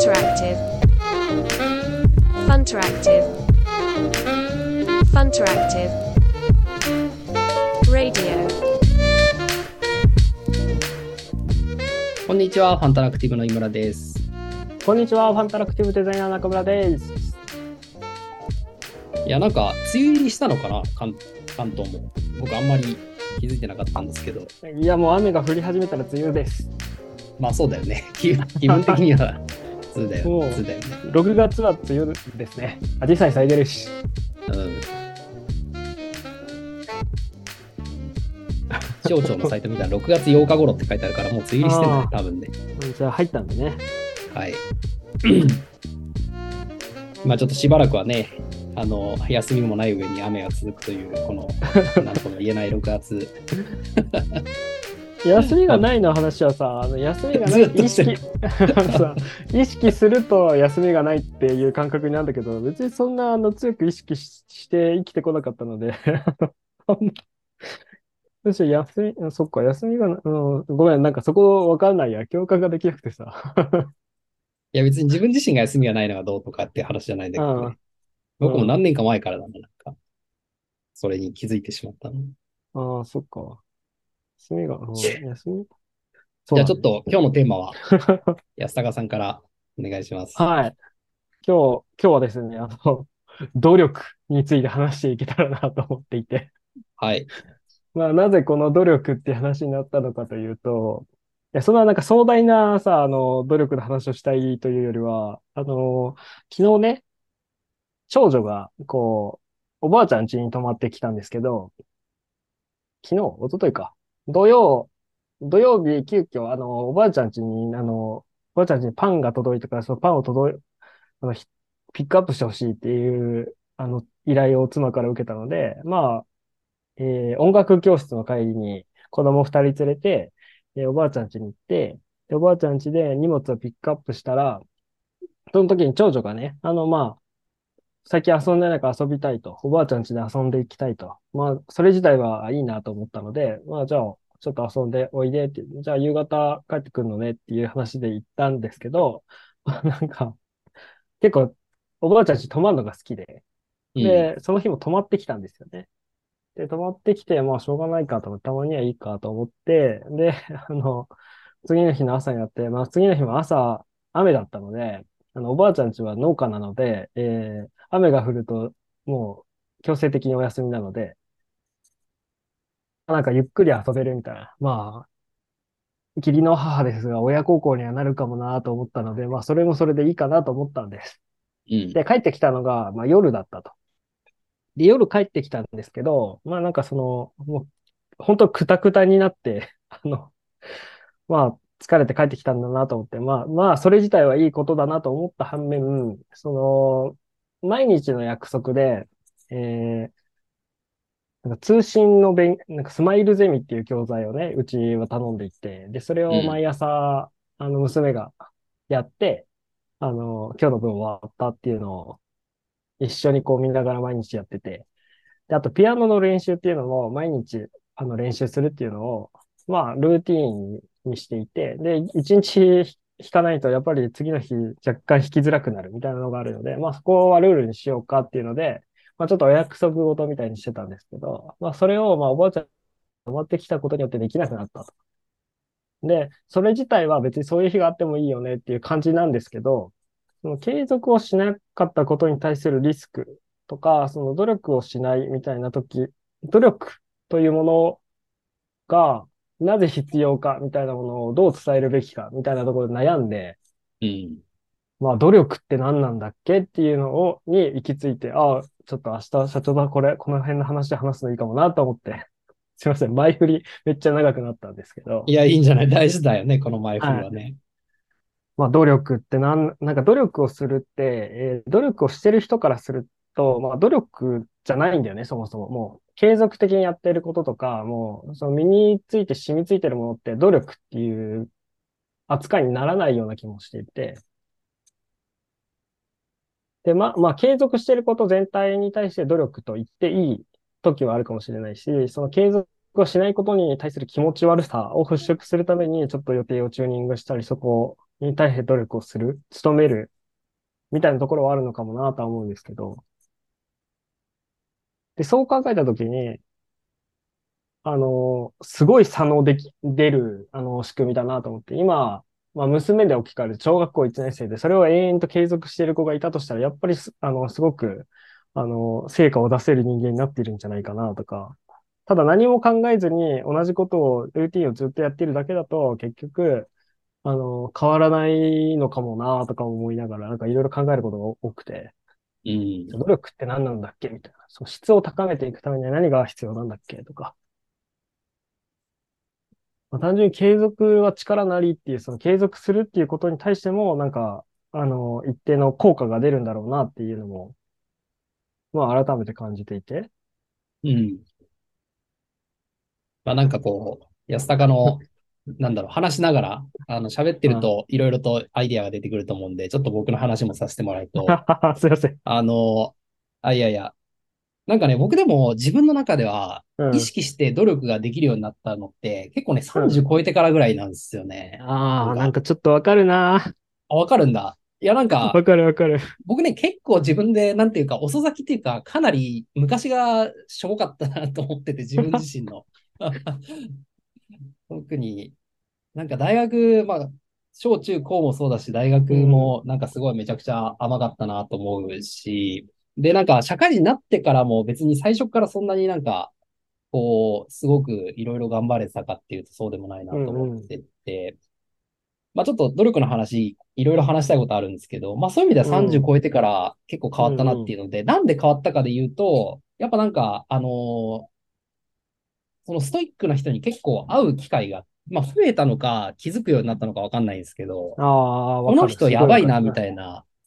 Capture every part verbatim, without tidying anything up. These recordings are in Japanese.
Funteractive. Funteractive. Funteractive. Radio. こんにちは、ファンタラクティブの井村です。 こんにちは、ファンタラクティブデザイナー中村です。 いや、なんか、梅雨入りしたのかな、関、関東も。僕、あんまり気づいてなかったんですけど。 いや、もう雨が降り始めたら梅雨です。 まあ、そうだよね。気分的には梅雨だよ、 もう梅雨だよね。 ろくがつは梅雨ですね。アジサイ咲いてるし。 うん。気象庁のサイト見たらろくがつようか頃って書いてあるから、もう梅雨入りしてんだね、多分ね。 じゃあ入ったんでね。 はい。まあちょっとしばらくはね、あの、休みもない上に雨が続くという、この、なんとも言えないろくがつ。 休みがないの話はさ、あの休みがない意識さ意識すると休みがないっていう感覚になるんだけど、別にそんなあの強く意識 し, して生きてこなかったのでむしろ休み、そっか、休みが、うん、ごめん、なんかそこわかんないや、共感ができなくてさいや別に自分自身が休みがないのがどうとかって話じゃないんだけどね。僕も何年か前からなんだ、なんか、それに気づいてしまったの。 ああ、そっか。休みが、うん、休みじゃあちょっと今日のテーマは安高さんからお願いします。 はい。今日、今日はですね、あの、努力について話していけたらなと思っていて。 はい。 まあ、なぜこの努力っていう話になったのかというと、いや、そんななんか壮大なさ、あの、努力の話をしたいというよりは、あの、昨日ね、長女が、こう、おばあちゃん家に泊まってきたんですけど、昨日、一昨日か。土曜、土曜日、急遽、あの、おばあちゃん家に、あの、おばあちゃん家にパンが届いたから、そのパンを届い、あの、ひピックアップしてほしいっていう、あの、依頼を妻から受けたので、まあ、えー音楽教室の帰りに子供二人連れて、えーおばあちゃん家に行って、で、おばあちゃん家で荷物をピックアップしたら、その時に長女がね、あの、まあ、最近遊んでないから遊びたいと、おばあちゃん家で遊んでいきたいと。まあ、それ自体はいいなと思ったので、まあ、じゃあ、ちょっと遊んでおいでって、じゃあ夕方帰ってくるのねっていう話で行ったんですけど、なんか、結構、おばあちゃん家泊まるのが好きで、 うん。 で、その日も泊まってきたんですよね。で、泊まってきて、まあ、しょうがないかと思って、たまにはいいかと思って、で、あの、次の日の朝になって、まあ、次の日も朝、雨だったので、あの、おばあちゃん家は農家なので、えー、雨が降ると、もう、強制的にお休みなので、なんかゆっくり遊べるみたいな。まあ、義理の母ですが、親孝行にはなるかもなと思ったので、まあ、それもそれでいいかなと思ったんです。 うん。 で、帰ってきたのが、まあ、夜だったと。で、夜帰ってきたんですけど、まあ、なんかその、もう、本当クタクタになって、あの、まあ、疲れて帰ってきたんだなと思って、まあ、まあ、それ自体はいいことだなと思った反面、その、毎日の約束で、えー、なんか通信の勉、なんかスマイルゼミっていう教材をね、うちは頼んでいて、で、それうん。 を毎朝、あの、娘がやって、あの、今日の分終わったっていうのを一緒にこう見ながら毎日やってて、で、あとピアノの練習っていうのも毎日あの練習するっていうのを、まあ、ルーティーンにしていて、で、一日弾かないとやっぱり次の日若干弾きづらくなるみたいなのがあるので、まあそこはルールにしようかっていうので、まあちょっとお約束事みたいにしてたんですけど、まあそれをまあおばあちゃんが泊まってきたことによってできなくなったと。で、それ自体は別にそういう日があってもいいよねっていう感じなんですけど、その継続をしなかったことに対するリスクとか、その努力をしないみたいな時、努力というものがなぜ必要かみたいなものをどう伝えるべきかみたいなところで悩んで、 うん。 まあ努力って何なんだっけっていうのを、に行き着いて、ああ、ちょっと明日社長だ、これ、この辺の話で話すのいいかもなと思って、すいません、前振りめっちゃ長くなったんですけど、 いや、いいんじゃない、大事だよね、この前振りはい。 はね。 まあ、努力ってなん、なんか努力をするって、えー努力をしてる人からすると、まあ、努力じゃないんだよね、そもそも。もう、継続的にやっていることとか、もう、その身について染みついてるものって努力っていう扱いにならないような気もしていて。で、まあ、まあ、継続していること全体に対して努力と言っていい時はあるかもしれないし、その継続をしないことに対する気持ち悪さを払拭するために、ちょっと予定をチューニングしたり、そこをに対して努力をする、努める、みたいなところはあるのかもなとは思うんですけど、で、そう考えたときに、あの、すごい差のでき、出る、あの、仕組みだなと思って、今、まあ、娘で置き換える小学校いちねん生で、それを永遠と継続している子がいたとしたら、やっぱりす、あの、すごく、あの、成果を出せる人間になっているんじゃないかなとか、ただ何も考えずに同じことを、ルーティンをずっとやっているだけだと、結局、あの、変わらないのかもなとか思いながら、なんかいろいろ考えることが多くて、 うん。 じゃあ努力って何なんだっけみたいな。その質を高めていくためには何が必要なんだっけとか、まあ、単純に継続は力なりっていう、その継続するっていうことに対しても、なんか、あの、一定の効果が出るんだろうなっていうのも、まあ、改めて感じていて。 うん。まあなんかこう、安高の、なんだろう、話しながら、あの、喋ってうん。 ると、いろいろとアイディアが出てくると思うんで、ちょっと僕の話もさせてもらうと、 すいません。 あの、あ、いやいや、なんかね、僕でも自分の中では、 うん。 意識して努力ができるようになったのって、結構ね、 うん。 さんじゅう超えてからぐらいなんですよね。なああ、なんんか、 かちょっとわかるな。 あ、わかるんだ。いや、なんか、 わかるわかる。 僕ね、結構自分で、なんていうか、遅咲きっていうか、かなり昔がしょぼかったなと思ってて、自分自身の。特に、なんか大学、まあ、小中高もそうだし、大学うん。 もなんかすごいめちゃくちゃ甘かったなと思うし、で、なんか社会人になってからも別に最初からそんなになんか、こう、すごくいろいろ頑張れてたかっていうとそうでもないなとうんうん。 思ってて、まあちょっと努力の話、いろいろ話したいことあるんですけど、まあそういう意味ではさんじゅううん。 超えてから結構変うわったなっんうん。 ていうので、なんで変わったかで言うと、やっぱなんか、あのーそのストイックな人に結構会う機会が、まあ増えたのか気づくようになったのかわかんないんですけど、 ああ、わかる。 この人すごいわかる。 やばいなみたいなうん。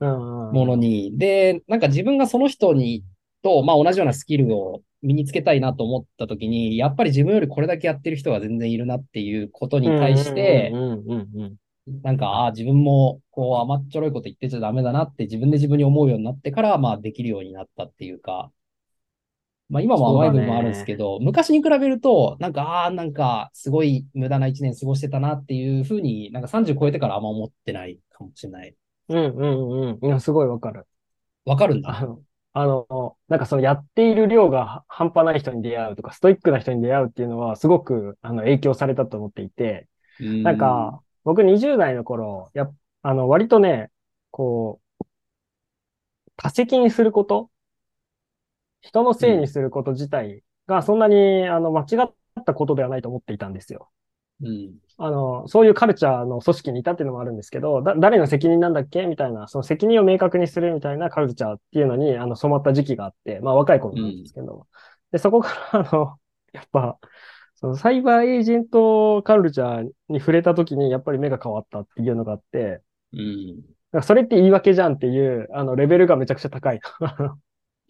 うん。 ものに、で、なんか自分がその人にと、まあ同じようなスキルを身につけたいなと思った時に、やっぱり自分よりこれだけやってる人が全然いるなっていうことうんに対しうんて、 うんうんうんうん。 なんか、ああ、自分もこう甘っちょろいこと言ってちゃダメだなって自分で自分に思うようになってから、まあできるようになったっていうか、まあ今もそうだ甘い部分もあるんですけね。 ど、昔に比べると、なんか、ああ、なんかすごい無駄な一年過ごしてたなっていうふうに、なんかさんじゅう超えてからあんま思ってないかもしれない。 うんうんうん。いや、すごいわかる。 わかるんだ。 あの、あの、なんかそのやっている量がは半端ない人に出会うとか、ストイックな人に出会うっていうのは、すごくあの影響されたと思っていて、 うなんーん。 か、僕にじゅう代の頃、やっ、あの、割とね、こう、多責にすること、人のせいにうん。 すること自体がそんなにあの間違ったことではないと思っていたんですよ。 うん。 あの、そういうカルチャーの組織にいたっていうのもあるんですけど、だ、誰の責任なんだっけみたいな、その責任を明確にするみたいなカルチャーっていうのに、あの、染まった時期があって、まあ若い頃なんでうん。 すけど、で、そこから、あの、やっぱ、そのサイバーエージェントカルチャーに触れた時に、やっぱり目が変わったっていうのがあって、 うん。 なんかそれって言い訳じゃんっていう、あの、レベルがめちゃくちゃ高い。 うん。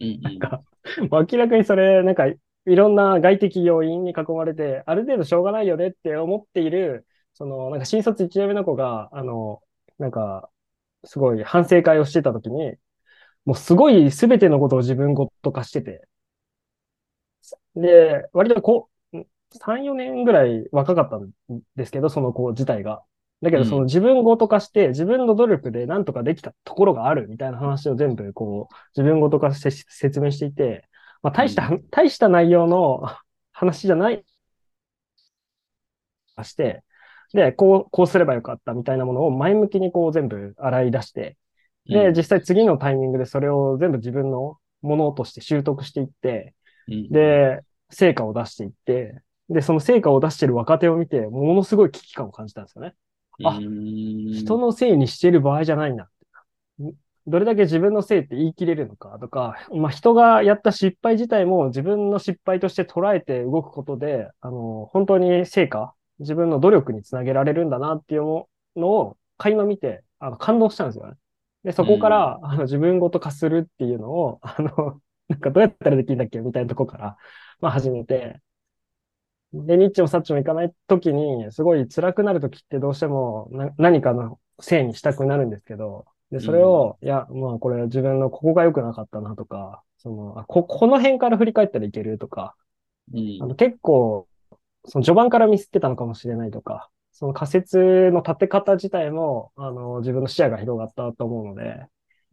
なんか、明らかにそれ、なんか、いろんな外的要因に囲まれて、ある程度しょうがないよねって思っている、その、なんか新卒いちねんめの子が、あの、なんか、すごい反省会をしてた時に、もうすごい全てのことを自分ごと化してて、で、割とこう、さん、よねんぐらい若かったんですけど、その子自体が。だけど、そのうん。 自分ごと化して、自分の努力で何とかできたところがあるみたいな話を全部、こう、自分ごと化して説明していて、まあ、大した、 うん。 大した内容の話じゃないして、で、こう、こうすればよかったみたいなものを前向きにこう全部洗い出して、で、 うん。 実際次のタイミングでそれを全部自分のものとして習得していって、 うん。 で、成果を出していって、で、その成果を出している若手を見て、ものすごい危機感を感じたんですよね。 うあ、人ん。 のせいにしている場合じゃないな。どれだけ自分のせいって言い切れるのかとか、まあ、人がやった失敗自体も自分の失敗として捉えて動くことで、あの、本当に成果、自分の努力につなげられるんだなっていうのを垣間見て、あの、感動したんですよね。で、そこかうん。 ら、あの、自分ごと化するっていうのを、あの、なんかどうやったらできるんだっけみたいなとこから、まあ始めて、で、ニッチもサッチもいかないときに、すごい辛くなるときってどうしてもな何かのせいにしたくなるんですけど、で、それうん。 を、いや、まあこれ自分のここが良くなかったなとか、その、あ、こ、この辺から振り返ったらいけるとか、あのうん。 結構、その序盤からミスってたのかもしれないとか、 その仮説の立て方自体も、あの、自分の視野が広がったと思うので、 うん。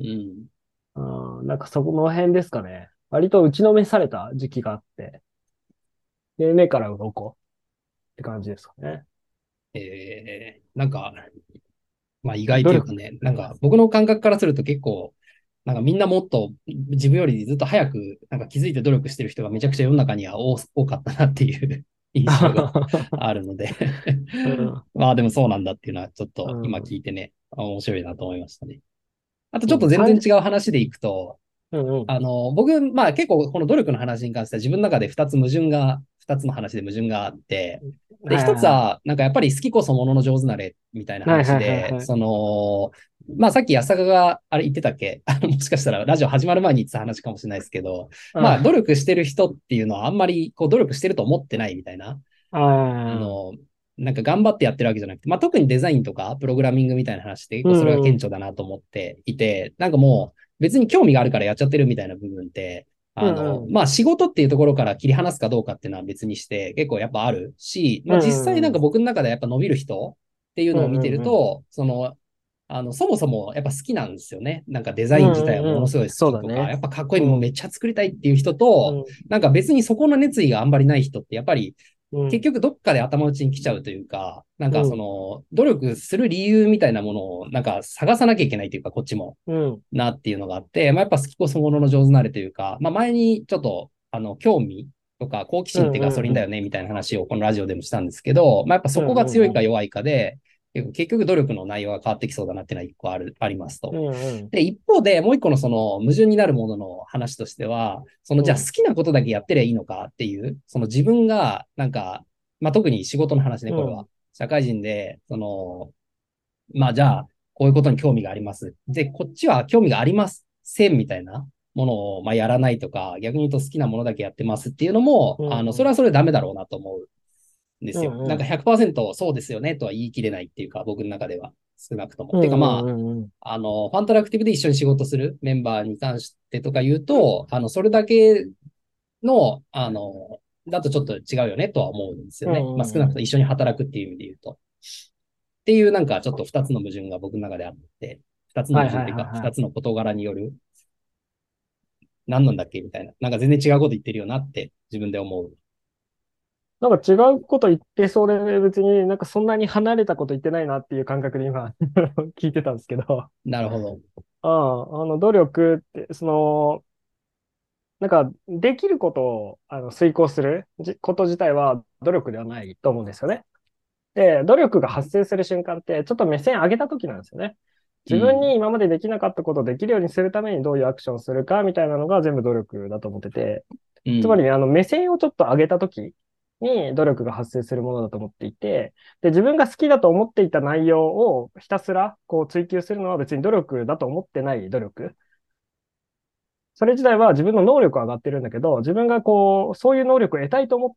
うん、なんかそこの辺ですかね。割と打ちのめされた時期があって、で、目から鱗って感じですかね。 えー、なんか、まあ意外努力。 というかね、なんか僕の感覚からすると結構、なんかみんなもっと自分よりずっと早くなんか気づいて努力してる人がめちゃくちゃ世の中には多多かったなっていう印象があるのでうん、 まあでもそうなんだっていうのはちょっうと今聞ん、 いてね、面白いなと思いましたね。あとちょっとそう、単純、 全然違う話でいくと、 うんうん。 あの、僕、まあ結構この努力の話に関しては自分の中で二つ矛盾が、二つの話で矛盾があって、で、 はい一つはは、なんかやっぱり好きこそものの上手なれみたいないはい。はいはいはい話で、 はい。 その、まあさっき安坂があれ言ってたっけあの、もしかしたらラジオ始まる前に言ってた話かもしれないですけど、まあ努あ力してる人っていうのはあんまりこう努力してると思ってないみたいな、ああ、 の、なんか頑張ってやってるわけじゃなくて、まあ特にデザインとかプログラミングみたいな話って結う構それが顕ん、 著だなと思っていて、なんかもう別に興味があるからやっちゃってるみたいな部分って、 うあの、 んうん、 まあ仕事っていうところから切り離すかどうかっていうのは別にして結構やっぱあるし、 うまあ実際なんん、うん、 か僕の中でやっぱ伸びる人っていううん、 のを見てうん、うん、 ると、その、あの、そもそもやっぱ好きなんですよね。なんかデザうん、 イン自体はうん、うん、 ものすごい好きとか、 そうだね。 やっぱかっこいいのもめっうん、 ちゃ作りたいっていう人と、 うん、 なんか別にそこの熱意があんまりない人ってやっぱりうん、 結局どっかで頭打ちに来ちゃうというか、なんかそうん、 の努力する理由みたいなものをなんか探さなきゃいけないというか、こっちもうん、 なっていうのがあって、まあ、やっぱ好きこそものの上手なれというか、まあ、前にちょっとあの興味とか好奇うん、 心ってガソリンうん、 だよねみたいな話をこのラジオでもしたんですけど、まあ、やっぱそこがうん、うん、 強いか弱いかで、結局努力の内容が変わってきそうだなっていうのは一個ある、ありますと。 うん、うん、 で、一方でもう一個のその矛盾になるものの話としては、そのじゃあ好うん、 きなことだけやってりゃいいのかっていう、その自分がなんか、まあ、特に仕事の話ね、これは。社会人で、その、まあじゃあ、こういうことに興味があります。で、こっちは興味がありませんみたいなものを、まあ、やらないとか、逆に言うと好きなものだけやってますっていうのも、 うん、 あの、 うん、 それはそれでダメだろうなと思うんですよ。 うん、 なんかひゃくパーセントそうですよねとは言い切れないっていうか、僕の中では少なくとも。 うん、 てかまうん、うん、 あ、あの、ファンタラクティブで一緒に仕事するメンバーに関してとか言うと、あの、それだけの、あの、だとちょっと違うよねとは思うんですようね。まあ、少なくともん、 一緒に働くっていう意味で言うと。っていうなんかちょっと二つの矛盾が僕の中であって、二つのはいはい矛盾っていうか、 はいはい。 二つの事柄による、何なんだっけみたいな。なんか全然違うこと言ってるよなって自分で思う。 なんか違うこと言ってそれ別になんかそんなに離れたこと言ってないなっていう感覚で今聞いてたんですけど、 なるほど。 ああ、あの努力って、その、なんかできることをあの遂行するじこと自体は努力ではないと思うんですよね。で、努力が発生する瞬間って、ちょっと目線上げた時なんですよね。自分うん。 に今までできなかったことをできるようにするためにどういうアクションをするかみたいなのが全部努力だと思ってて、 うん。 つまりね、あの目線をちょっと上げた時に努力が発生するものだと思っていて、で、自分が好きだと思っていた内容をひたすらこう追求するのは別に努力だと思ってない努力。それ自体は自分の能力は上がってるんだけど、自分がこう、そういう能力を得たいと思って、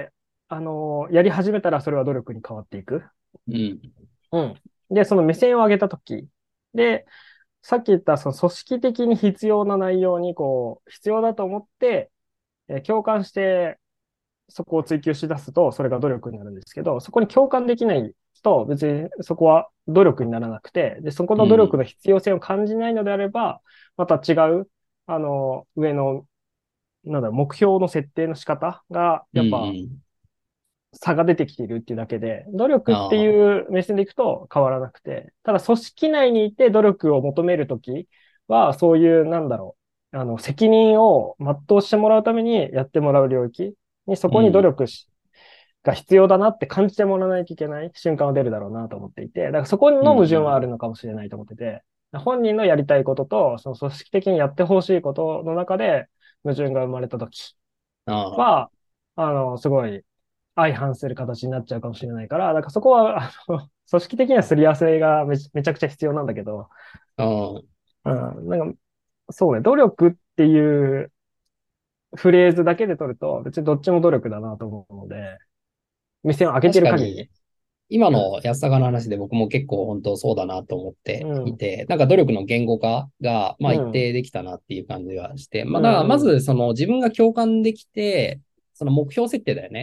あの、やり始めたらそれは努力に変わっていく。 うん。 うん。で、その目線を上げたとき、で、さっき言ったその組織的に必要な内容にこう、必要だと思って、えー共感してそこを追求し出すと、それが努力になるんですけど、そこに共感できないと、別にそこは努力にならなくて、で、そこの努力のうん。 必要性を感じないのであれば、また違う、あの、上の、なんだろう、目標の設定の仕方が、 うん。うやっぱん。 差が出てきているっていうだけで、努力ってああ。 いう目線でいくと変わらなくて、ただ組織内にいて努力を求めるときは、そういう、なんだろう、あの、責任を全うしてもらうためにやってもらう領域に、そこに努うん。 力し、が必要だなって感じてもらわないといけない瞬間は出るだろうなと思っていて、だからそこのうん。 矛盾はあるうん。 のかもしれないと思ってて、本人のやりたいことと、その組織的にやってほしいことの中で矛盾が生まれたときああ。 は、あの、すごい相反する形になっちゃうかもしれないから、だからそこは、あの、組織的にはすり合わせがめち、めちゃくちゃ必要なんだけど、 ああ。 うん、なんか、そうね、努力っていうフレーズだけで取ると、別にどっちも努力だなと思うので、目線を上げて確る限りね。 かに、今うん。 の安坂の話で僕も結構本当そうだなと思ってうん。 いて、なんか努力の言語化が、まあ一うん。 定できたなっていう感じがして、まあだからまうん。うん。 ずその自分が共感できて、その目標設定だよね。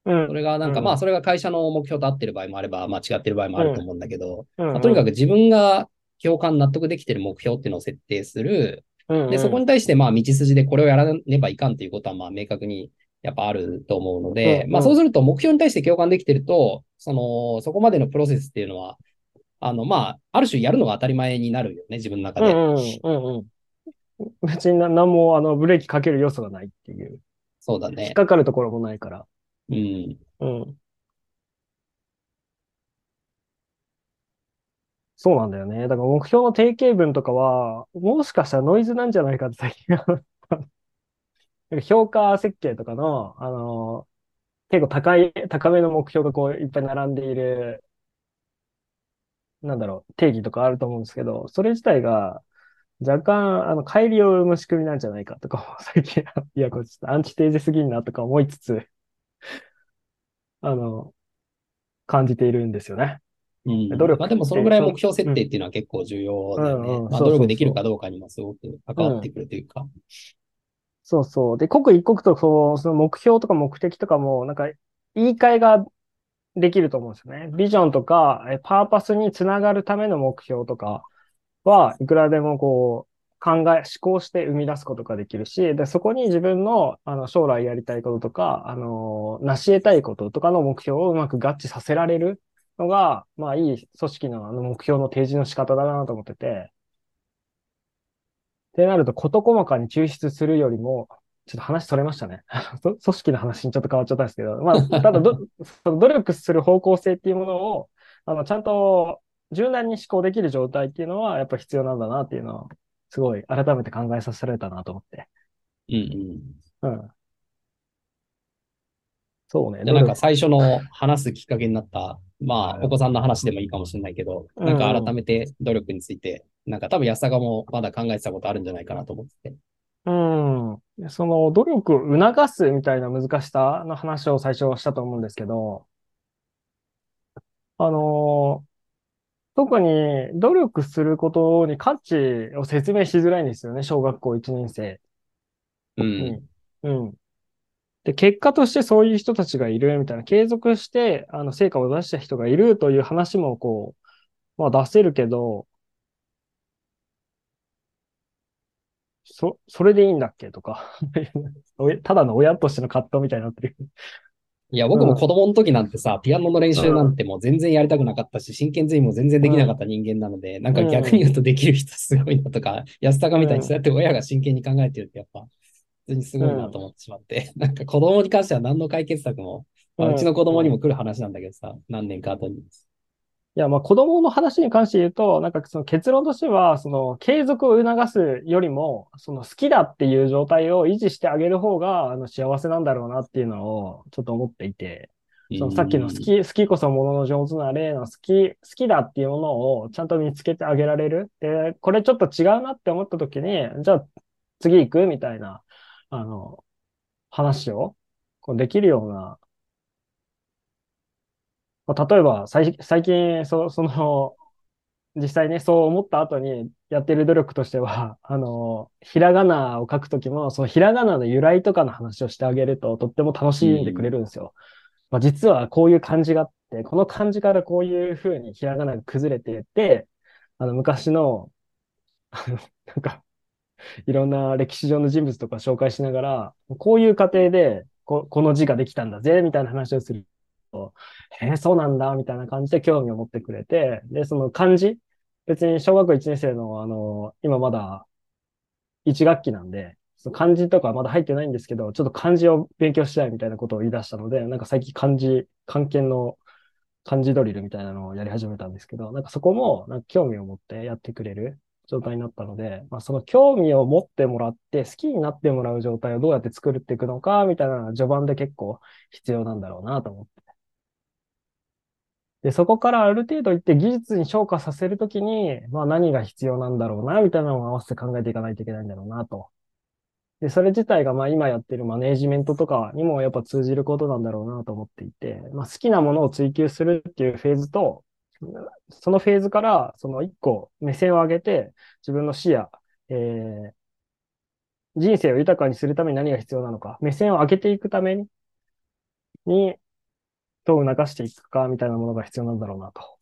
うん、 それがなんか、まあ、 うん、 それが会社の目標と合ってる場合もあれば、まあ、違ってる場合もあうん、 ると思うんだけど、 うん、 まあ、とにうん、 かく自分が共感、納得できてる目標っていうのを設定する。 うん、 で、そうん、 こに対して、まあ、道筋でこれをやらねばいかんということは、まあ、明確にやっぱあると思うのうん、 で、まあ、そうすると目標に対して共感できてると、その、そこまでのプロセスっていうのは、あの、まあ、ある種やるのが当たり前になるよね、自分の中うん、 で。 うん、うん、うん。別にな何もあのブレーキかける要素がないっていう。引っそうだね。 かかるところもないから。 うん。 うん。そうなんだよね。だから目標の定型文とかは、もしかしたらノイズなんじゃないかって最近思った。評価設計とかの、あの、結構高い、高めの目標がこういっぱい並んでいる、なんだろう、定義とかあると思うんですけど、それ自体が若干、あの、乖離を生む仕組みなんじゃないかとか、最近、いや、これちょっとアンチテーゼすぎんなとか思いつつ、あの、感じているんですよね。 うん。まあ努力っでもそのぐて、その、 らい目標設うん、 定っていうのは結構重要だよね。 うん、うん、 まあそう努力できるかそうそどうかにもすごくう。 関わってうん。 くるというか。 そうそう。で、刻一刻とそう、その目標とか目的とかも、なんか、言い換えができると思うんですよね。ビジョンとか、えパーパスにつながるための目標とかはいくらでもこう、考え、思考して生み出すことができるし、で、そこに自分の、あの、将来やりたいこととか、あの、成し得たいこととかの目標をうまく合致させられるのが、まあ、いい組織のあの目標の提示の仕方だなと思ってて、ってなると、事細かに抽出するよりも、ちょっと話それましたね。組織の話にちょっと変わっちゃったんですけど、まあ、ただど、その努力する方向性っていうものを、あの、ちゃんと柔軟に思考できる状態っていうのは、やっぱ必要なんだなっていうのを、すごい改めて考えさせられたなと思って。 うんうん。 うん。そうね、 じゃあなんか努力。 最初の話すきっかけになった、まあお子さんの話でもいいかもしれないけど、 うなんかんうん。 改めて努力について、なんか多分安坂もまだ考えてたことあるんじゃないかなと思ってて。 うん。その努力を促すみたいな難しさの話を最初したと思うんですけど、あの特に努力することに価値を説明しづらいんですよね、小学校いちねん生に。 うん。 うん。で、結果としてそういう人たちがいるみたいな、継続して、あの、成果を出した人がいるという話も、こう、まあ出せるけど、そ、それでいいんだっけとかただの親としての葛藤みたいになってる。 いや、 うん、 僕も子供の時なんてさ、ピアノの練うん、 習なんてもう全然やりたくなかったし、真剣ゼミも全然できなかっうん、 た人間なので、なんうか逆に言うん、 とできる人すごいなとか、安高みたいにそううん、 やって親が真剣に考えてるってやっぱ、普通にすうん、 ごいなと思ってしまって、なんか子供に関しては何の解決策も、まあ、うちうん。 の子供にも来る話なんだけどさ、何年か後に。 いや、まあ子供の話に関して言うと、なんかその結論としては、その継続を促すよりも、その好きだっていう状態を維持してあげる方が、あの幸せなんだろうなっていうのをちょっと思っていて、 うそのさっきの好ん。 き、好きこそものの上手な例の好き、好きだっていうものをちゃんと見つけてあげられる。で、これちょっと違うなって思った時に、じゃあ次行くみたいな、あの、話をこうできるような、まあ例えば最、最近、そ、その、実際ね、そう思った後にやってる努力としては、あの、ひらがなを書くときも、そのひらがなの由来とかの話をしてあげると、とっても楽うしんでくれん。 るんですよ。まあ、実はこういう漢字があって、この漢字からこういうふうにひらがなが崩れていって、あの、昔の、あの、なんか、いろんな歴史上の人物とか紹介しながら、こういう過程でこ、この字ができたんだぜ、みたいな話をすると、へえ、そうなんだ、みたいな感じで興味を持ってくれて、で、その漢字、別に小学校いちねん生の、あの、今まだいち学期なんで、その漢字とかまだ入ってないんですけど、ちょっと漢字を勉強したいみたいなことを言い出したので、なんか最近漢字、漢検の漢字ドリルみたいなのをやり始めたんですけど、なんかそこもなんか興味を持ってやってくれる状態になったので、まあ、その興味を持ってもらって好きになってもらう状態をどうやって作っていくのかみたいなのが序盤で結構必要なんだろうなと思って。で、そこからある程度いって技術に昇華させるときに、まあ何が必要なんだろうなみたいなのを合わせて考えていかないといけないんだろうなと。で、それ自体がまあ今やってるマネージメントとかにもやっぱ通じることなんだろうなと思っていて、まあ好きなものを追求するっていうフェーズと、そのフェーズからその一個目線を上げて自分の視野、えー、人生を豊かにするために何が必要なのか、目線を上げていくために、 どう促していくかみたいなものが必要なんだろうなと。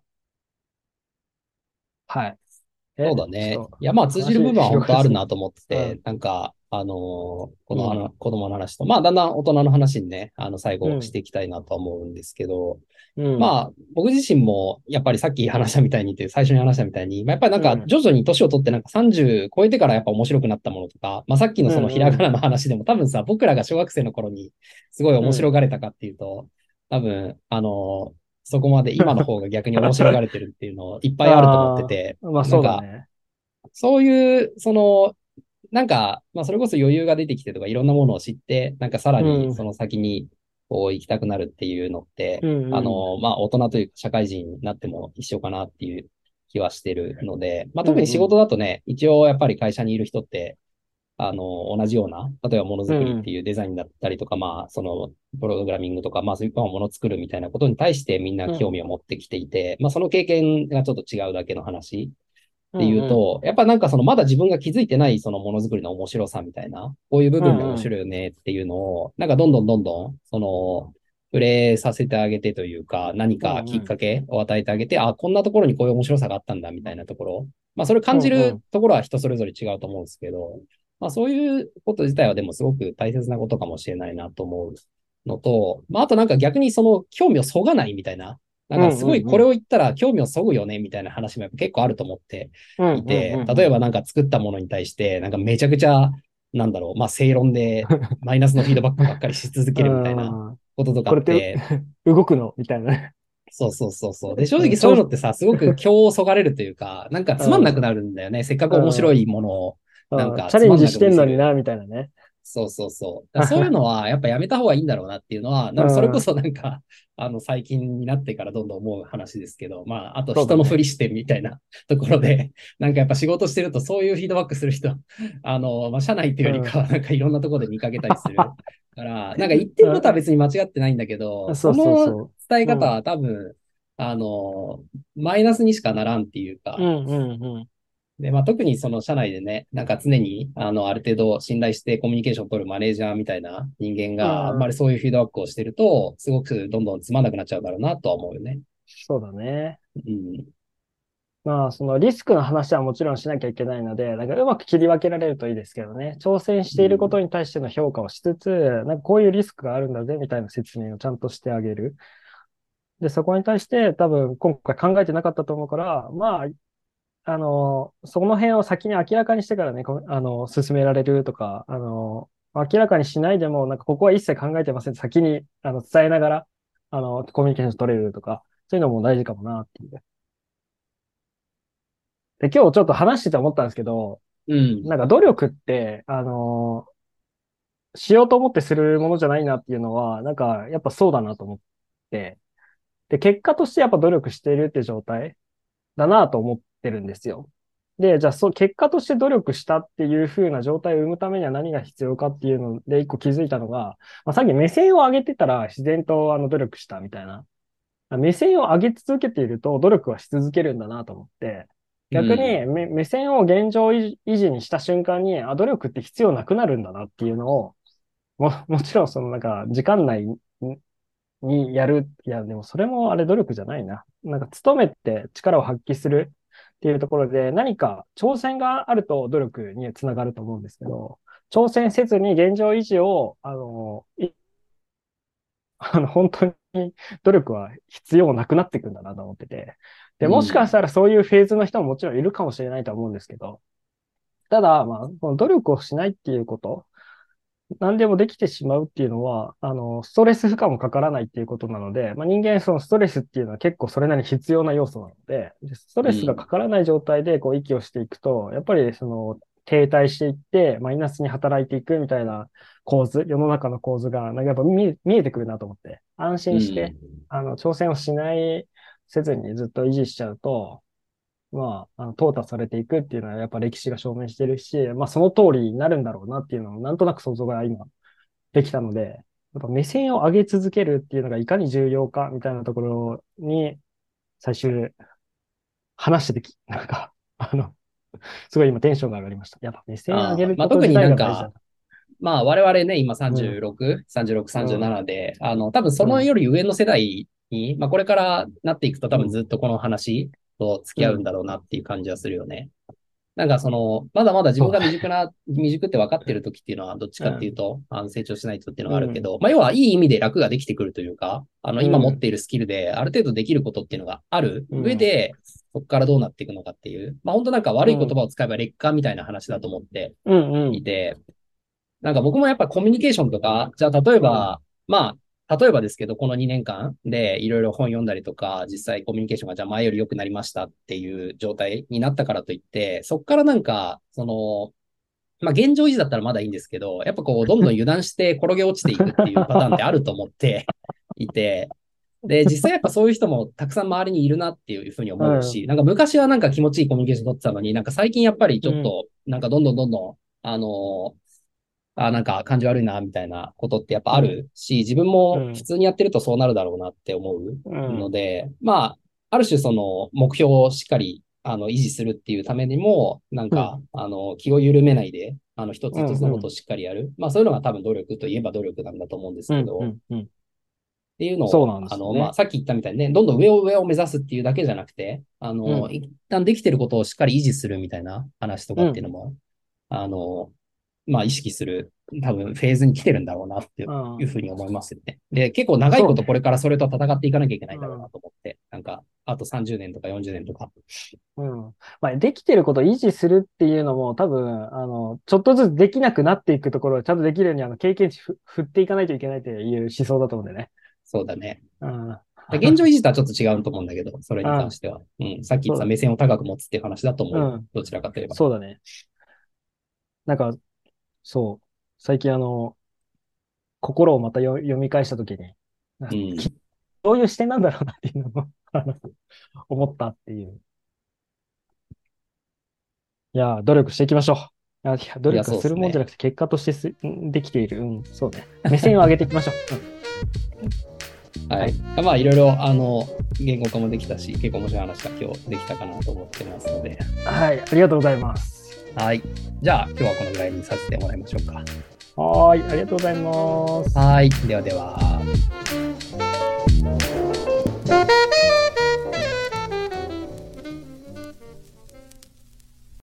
はい。え、 そうだね。 ちょっといや、まあ通じる部分は本話広がりすぎ。 当あるなと思ってて、 うん。 なんか、あのーこのあうん。 の子供の話と、まあだんだん大人の話にね、あの最うん。 後していきたいなとは思うんですけど、 うん。 まあ僕自身もやっぱりさっき話したみたいにって、最初に話したみたいに、まあ、やっぱりなんかうん。 徐々に年を取ってなんかさんじゅう超えてからやっぱ面白くなったものとか、まあさっきのうそのひらがん。 なの話でも多分さ、僕らが小学生の頃にすごい面白うん。 がれたかっていうと、多分、あのーそこまで今の方が逆に面白がれてるっていうのいっぱいあると思ってあて、 あ、まあなんか、 そうだね。 そういう、その、なんか、まあ、それこそ余裕が出てきてとか、いろんなものを知って、なんかさらうん。 にその先にこう行きたくなるっていうのって、 うん。うん。 あの、まあ、大人というか社会人になっても一緒かなっていう気はしてるので、まあ、 うん。 特に仕うん。 事だとね、一応やっぱり会社にいる人って、あの、同じような、例えばものづくりってうん。 いうデザインだったりとか、まあ、その、プログラミングとか、まあ、そういうものを作るみたいなことに対してみんなうん。 興味を持ってきていて、まあ、その経験がちょっと違うだけの話っていううん。 と、やっぱなんかそのまだ自分が気づいてないそのものづくりの面白さみたいな、こういう部う分も面ん。 白いよねっていうのを、なんかどんどんどんどん、その、触れさせてあげてというか、何うん。 かきっうん。 かけを与えてあげて、あ、こんなところにこういう面白さがあったんだみたいなところ。まあそれを感じうん。うん。 るところは人それぞれ違うと思うんですけど、まあそういうこと自体はでもすごく大切なことかもしれないなと思うのと、まああとなんか逆にその興味をそがないみたいな、なんうん。 かすごいうん。 これを言ったら興味をそぐよねみたいな話もやっぱ結構あると思ってうん。うん。ういて、 ん。うん。 例えばなんか作ったものに対して、なんかめちゃくちゃ、なんだろう、まあ正論でマイナスのフィードバックばっかりし続けるみたいなうん。 こととかこれってうって、 動くのみたいなね。 そうそうそうそう。で、正うん。 直ちょう、 そういうのってさ、すごく今日そがれるというか、なんかうん。 つまんなくなるんだよね。せっかく面白うん。 いものを、なんうん。 かチャレンジしつまんなく見せる。 てんのにな、みたいなね。 そうそうそう。だからそういうのはやっぱやめた方がいいんだろうなっていうのは、なんかそれこうん。 そなんか、あの最近になってからどんどん思う話ですけど、まあ、あと人のふそうだね。 りしてみたいなところで、なんかやっぱ仕事してるとそういうフィードバックする人、あの、まあ、社内っていうよりうん。 かはなんかいろんなところで見かけたりする。から、なんか言ってることは別に間違ってないんだけど、 そうそうそのそ伝えう。うん。 方は多分、あの、マイナスにしかならんっていうか、 うんうんうん。 で、まあ、特にその社内でね、なんか常に、あの、ある程度信頼してコミュニケーションを取るマネージャーみたいな人間うがあんまりん。 そういうフィードバックをしてると、すごくどんどんつまんなくなっちゃうだろうなとは思うよね。 そうだね。 うん。 まあ、そのリスクの話はもちろんしなきゃいけないので、なんかうまく切り分けられるといいですけどね。挑戦しているこうん。 とに対しての評価をしつつ、なんかこういうリスクがあるんだぜみたいな説明をちゃんとしてあげる。で、そこに対して多分今回考えてなかったと思うから、まあ、あの、その辺を先に明らかにしてからね、こあの、進められるとか、あの、明らかにしないでも、なんかここは一切考えてませんって先にあの伝えながら、あの、コミュニケーション取れるとか、そういうのも大事かもなっていう。で、今日ちょっと話してて思ったんですけど、 うん。 なんか努力って、あの、しようと思ってするものじゃないなっていうのは、なんかやっぱそうだなと思って、で、結果としてやっぱ努力しているって状態だなと思ってるんですよ。で、じゃあ、そう、結果として努力したっていう風な状態を生むためには何が必要かっていうので、一個気づいたのが、まあ、さっき目線を上げてたら自然とあの努力したみたいな。目線を上げ続けていると努力はし続けるんだなと思って、 うん。 逆に目目線を現状維持にした瞬間に、あ、努力って必要なくなるんだなっていうのを、も、もちろんそのなんか時間内にやる。いや、でもそれもあれ努力じゃないな。なんか努めて力を発揮するっていうところで何か挑戦があると努力につながると思うんですけど、挑戦せずに現状維持を、あの、いあの本当に努力は必要なくなっていくんだなと思ってて。で、もしかしうん。 たらそういうフェーズの人ももちろんいるかもしれないと思うんですけど、ただ、まあ、この努力をしないっていうこと、何でもできてしまうっていうのは、あの、ストレス負荷もかからないっていうことなので、まあ、人間そのストレスっていうのは結構それなりに必要な要素なので、ストレスがかうん。 からない状態でこう息をしていくと、やっぱりその停滞していってマイナスに働いていくみたいな構図、世の中の構図がなんかやっぱ見え、見えてくるなと思って、安う心して、 ん。 あの、挑戦をしない、せずにずっと維持しちゃうと、まあ、あの、淘汰されていくっていうのはやっぱ歴史が証明してるし、まあその通りになるんだろうなっていうのをなんとなく想像が今できたので、やっぱ目線を上げ続けるっていうのがいかに重要かみたいなところに最終話しててき、なんか、あの、すごい今テンションが上がりました。やっぱ目線上げあー、 るまあ、特にこと自体なんか、 が大事だな。 まあ我々ね、今うん。 さんじゅうろく、さんじゅうろく、 うん。 さんじゅうななで、あの、多分そうん。 のより上の世代に、まあこれからなっていくと多分うん。 ずっとこの話と付き合うんうん。 だろうなっていう感じはするよね。なんかその、まだまだ自分が未そうだね。 熟な、未熟って分かってる時っていうのは、どっちかっていううん。 と、あの成長しないとっていうのうん。 があるけど、まあ要はいい意味で楽ができてくるというか、あのうん。 今持っているスキルである程度できることっていうのがあるうん。 上で、そこからどうなっていくのかっていう、まあ本当なんか悪い言葉うん。 を使えば劣化みたいな話だと思ってうん。うん。 いて、なんか僕もやっぱコミュニケーションとか、じゃあ例えうん。 ば、まあ、例えばですけど、このにねんかんでいろいろ本読んだりとか、実際コミュニケーションがじゃあ前より良くなりましたっていう状態になったからといって、そこからなんか、その、まあ現状維持だったらまだいいんですけど、やっぱこう、どんどん油断して転げ落ちていくっていうパターンってあると思っていて、で、実際やっぱそういう人もたくさん周りにいるなっていうふうにうん。 思うし、なんか昔はなんか気持ちいいコミュニケーション取ってたのに、なんか最近やっぱりちうん。 ょっと、なんかどんどんどんどん、あのあ、なんか感じ悪いな、みたいなことってやっぱあうん。 るし、自分も普うん。 通にやってるとそうなるだろうなって思ううん。 ので、まあ、ある種その目標をしっかりあの維持するっていうためにも、なんうん。 か、あの、気を緩めないで、あの、一つうん。うん。 一つのことをしっかりやる。まあ、そういうのが多分努力といえば努力なんだと思うんですうん。うけど、 ん。うん。 っていうのを、 そうなんであの、まあ、 すよね。 さっき言ったみたいにね、どんどん上を上を目指すっていうだけじゃなくて、あの、 うん。 一旦できてることをしっかり維持するみたいな話とかうん。 っていうのも、あの、まあ、意識する、多分、フェーズに来てるんだろうなってうん。 いうふうに思いますよね。で、結構長いそうね。 ことこれからそれと戦っていかなきゃいけないんだろうなうん。 と思って、なんか、あとさんじゅうねんとかよんじゅうねんとか。 うん。まあ、できてることを維持するっていうのも多分、あの、ちょっとずつできなくなっていくところをちゃんとできるように、あの、経験値ふ振っていかないといけないという思想だと思うんだよね。 そうだね。 うん。 現状維持とはちょっと違うと思うんだけど、それに関うん。 しては。うん。さっき言ってた目そうだね。 線を高く持つっていう話だと思うよ。 うん。 どちらかといえば。 そうだね。なんか、そう。最近あの、心をまたよ読み返したときに、 うん。 どういう視点なんだろうなっていうのをあの思ったっていう。いやー、努力していきましょう。あいや努いや、 力はそうですね。 するもんじゃなくて結果としてすできている。うん、そうね。目線を上げていきましょう。うん、 はい。 はい。 まあ、いろいろ、あの、言語化もできたし、結構面白い話が今日できたかなと思ってますので。 はい、ありがとうございます。 はい。じゃあ、今日はこのぐらいにさせてもらいましょうか。 はーい、ありがとうございます。 はい。ではでは。